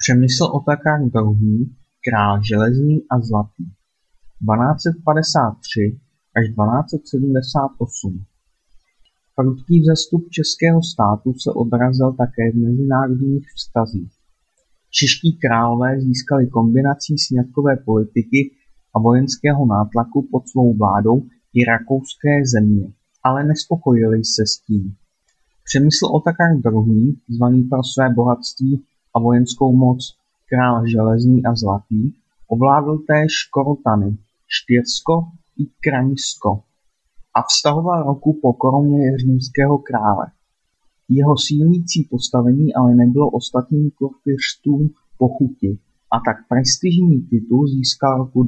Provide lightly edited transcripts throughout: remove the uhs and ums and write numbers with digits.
Přemysl Otakar II., král železný a zlatý 1253 až 1278. Prudký vzestup českého státu se odrazil také v mezinárodních vztazích. Čeští králové získali kombinací sňatkové politiky a vojenského nátlaku pod svou vládou i rakouské země, ale nespokojili se s tím. Přemysl Otakar II., zvaný pro své bohatství a vojenskou moc král železný a zlatý, ovládl též Korotany, Štýrsko i Kraňsko a vztahoval roku po koruně římského krále. Jeho sílící postavení ale nebylo ostatním kurfiřtům po chuti a tak prestižní titul získal roku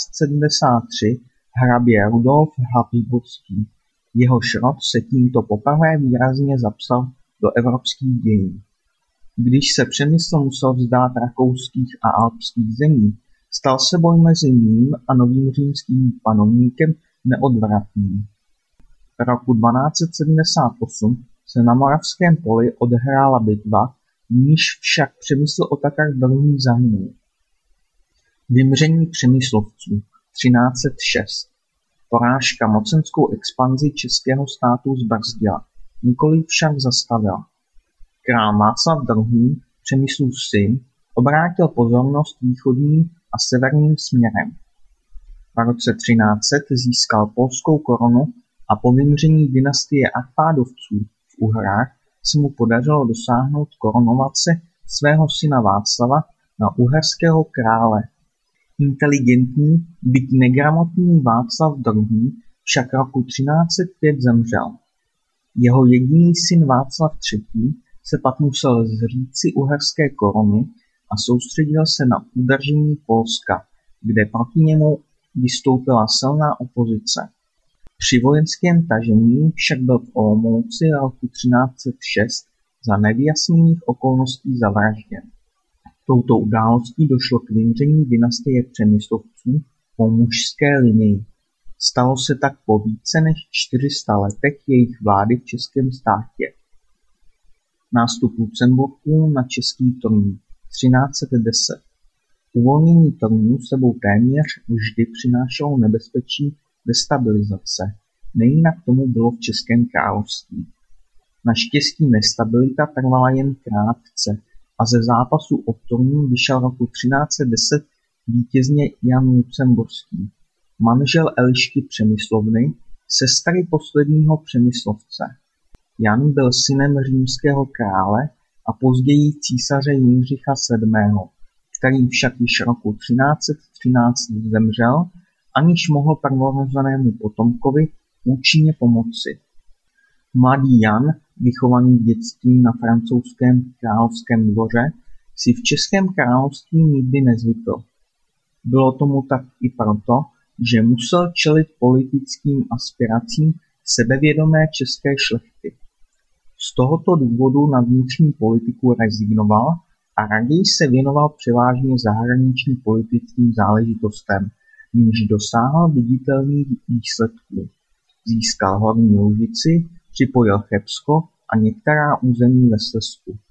1273 hrabě Rudolf Habsburský. Jehož rod se tímto poprvé výrazně zapsal do evropských dějin. Když se Přemysl musel vzdát rakouských a alpských zemí, stal se boj mezi ním a novým římským panovníkem neodvratný. Roku 1278 se na Moravském poli odehrála bitva, v níž však Přemysl Otakar II. Zahynul. Vymření Přemyslovců 1306. Porážka mocenskou expanzi českého státu zbrzdila, nikoliv však zastavila. Král Václav II., Přemyslův syn, obrátil pozornost východním a severním směrem. V roce 1300 získal polskou korunu a po vymření dynastie Arpádovců v Uhrách se mu podařilo dosáhnout korunovace svého syna Václava na uherského krále. Inteligentní, byť negramotný Václav II. Však roku 1305 zemřel. Jeho jediný syn Václav III. Se pak musel zříci uherské koruny a soustředil se na udržení Polska, kde proti němu vystoupila silná opozice. Při vojenském tažení však byl v Olomouci roku 1306 za nevyjasněných okolností zavražděn. Touto událostí došlo k vymření dynastie Přemyslovců po mužské linii. Stalo se tak po více než 400 letech jejich vlády v českém státě. Nástup Lucemburků na český trůn 1310. Uvolnění trůnu sebou téměř vždy přinášelo nebezpečí destabilizace. Nejinak tomu bylo v Českém království. Naštěstí nestabilita trvala jen krátce a ze zápasu o trůn vyšel roku 1310 vítězně Jan Lucemburský, manžel Elišky Přemyslovny, sestry posledního Přemyslovce. Jan byl synem římského krále a později císaře Jindřicha VII., který však již roku 1313 zemřel, aniž mohl prvorozenému potomkovi účinně pomoci. Mladý Jan, vychovaný v dětství na francouzském královském dvoře, si v českém království nikdy nezvykl. Bylo tomu tak i proto, že musel čelit politickým aspiracím sebevědomé české šlechty. Z tohoto důvodu na vnitřní politiku rezignoval a raději se věnoval převážně zahraniční politickým záležitostem, níž dosáhl viditelných výsledků. Získal Horní Lužici, připojil Chebsko a některá území ve Slezsku.